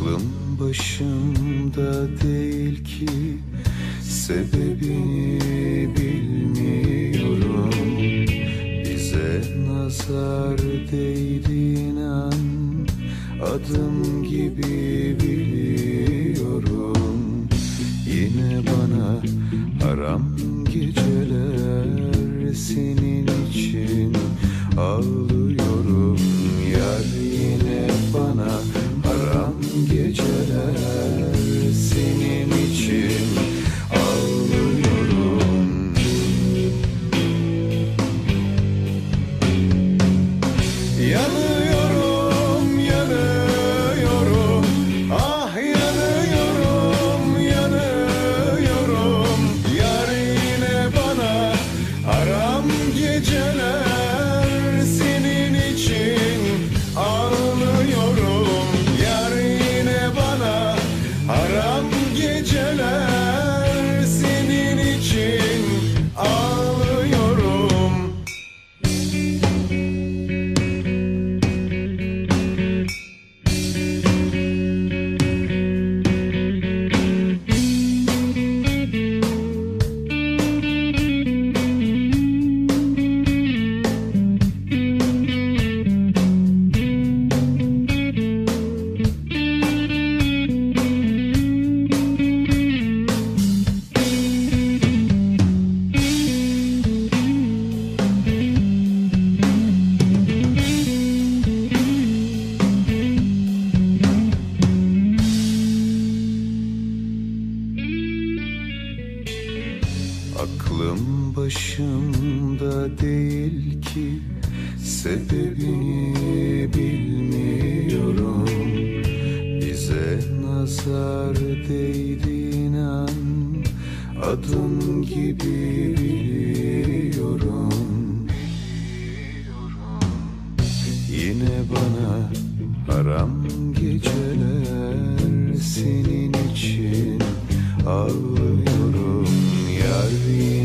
Aklım başımda değil ki, sebebini bilmiyorum. Bize nazar değdiğin an adım gibi biliyorum. Yine bana haram geceler, senin için ağlıyorum. Yar yine bana haram geceler, senin için ağlıyorum. Yanıyorum, yanıyorum, ah yanıyorum, yanıyorum. Yar yine bana haram geceler, senin için ağlıyorum. Yar yine bana haram geceler, senin için ağlıyorum. Aklım başımda değil ki, sebebini bilmiyorum. Bize nazar değdiğin an adım gibi biliyorum. Yine bana haram geceler, senin için ağlıyorum. Yar